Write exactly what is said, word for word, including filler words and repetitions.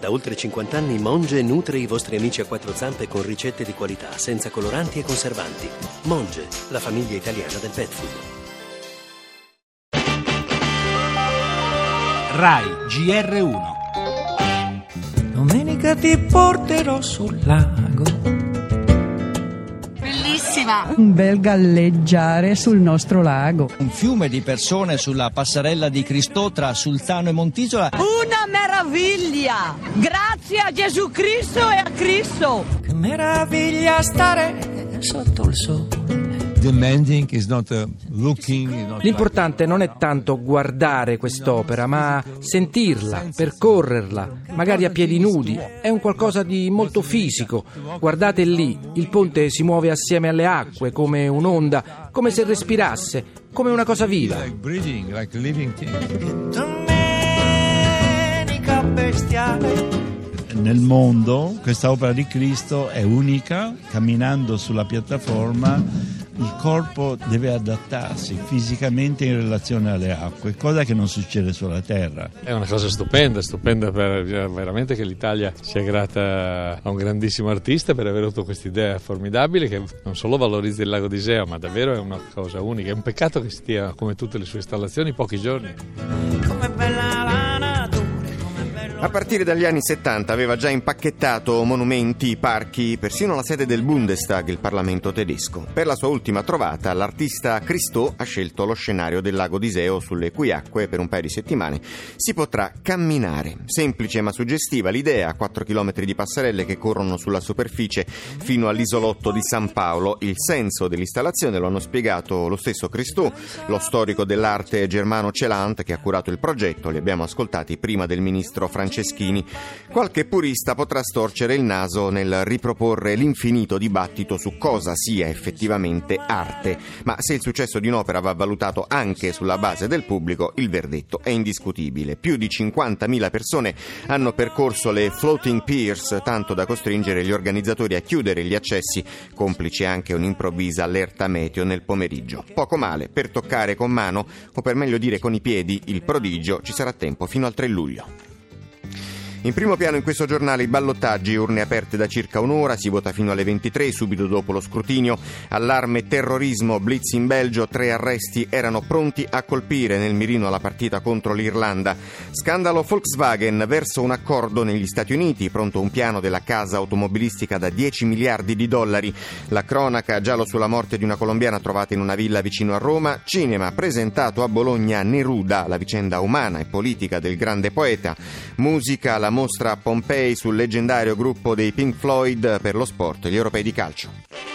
Da oltre cinquanta anni Monge nutre i vostri amici a quattro zampe con ricette di qualità, senza coloranti e conservanti. Monge, la famiglia italiana del pet food. Rai G R uno. Domenica ti porterò sul lago. Bellissima! Un bel galleggiare sul nostro lago. Un fiume di persone sulla passerella di Cristo tra Sulzano e Montisola. Una meraviglia! Grazie a Gesù Cristo e a Cristo! Che meraviglia stare sotto il sole. L'importante non è tanto guardare quest'opera, ma sentirla, percorrerla, magari a piedi nudi. È un qualcosa di molto fisico. Guardate lì, il ponte si muove assieme alle acque come un'onda, come se respirasse, come una cosa viva. Domenica bestiale. Nel mondo questa opera di Cristo è unica. Camminando sulla piattaforma il corpo deve adattarsi fisicamente in relazione alle acque, cosa che non succede sulla terra. È una cosa stupenda, stupenda per veramente che l'Italia sia grata a un grandissimo artista per aver avuto questa idea formidabile che non solo valorizza il lago d'Iseo, ma davvero è una cosa unica. È un peccato che stia, come tutte le sue installazioni, pochi giorni. Come bella la natura. A partire dagli anni settanta aveva già impacchettato monumenti, parchi, persino la sede del Bundestag, il Parlamento tedesco. Per la sua ultima trovata, l'artista Christo ha scelto lo scenario del lago d'Iseo, sulle cui acque per un paio di settimane si potrà camminare. Semplice ma suggestiva l'idea, quattro chilometri di passerelle che corrono sulla superficie fino all'isolotto di San Paolo. Il senso dell'installazione lo hanno spiegato lo stesso Christo, lo storico dell'arte Germano Celant che ha curato il progetto. Li abbiamo ascoltati prima del ministro Franceschini. Qualche purista potrà storcere il naso nel riproporre l'infinito dibattito su cosa sia effettivamente arte, ma se il successo di un'opera va valutato anche sulla base del pubblico, il verdetto è indiscutibile. Più di cinquantamila persone hanno percorso le floating piers, tanto da costringere gli organizzatori a chiudere gli accessi, complice anche un'improvvisa allerta meteo nel pomeriggio. Poco male, per toccare con mano, o per meglio dire con i piedi, il prodigio ci sarà tempo fino al tre luglio. In primo piano in questo giornale i ballottaggi, urne aperte da circa un'ora, si vota fino alle ventitré, subito dopo lo scrutinio. Allarme terrorismo, blitz in Belgio, tre arresti erano pronti a colpire nel mirino la partita contro l'Irlanda. Scandalo Volkswagen, verso un accordo negli Stati Uniti, pronto un piano della casa automobilistica da dieci miliardi di dollari. La cronaca, giallo sulla morte di una colombiana trovata in una villa vicino a Roma. Cinema, presentato a Bologna Neruda, la vicenda umana e politica del grande poeta. Musica, la mostra a Pompei sul leggendario gruppo dei Pink Floyd. Per lo sport, gli europei di calcio.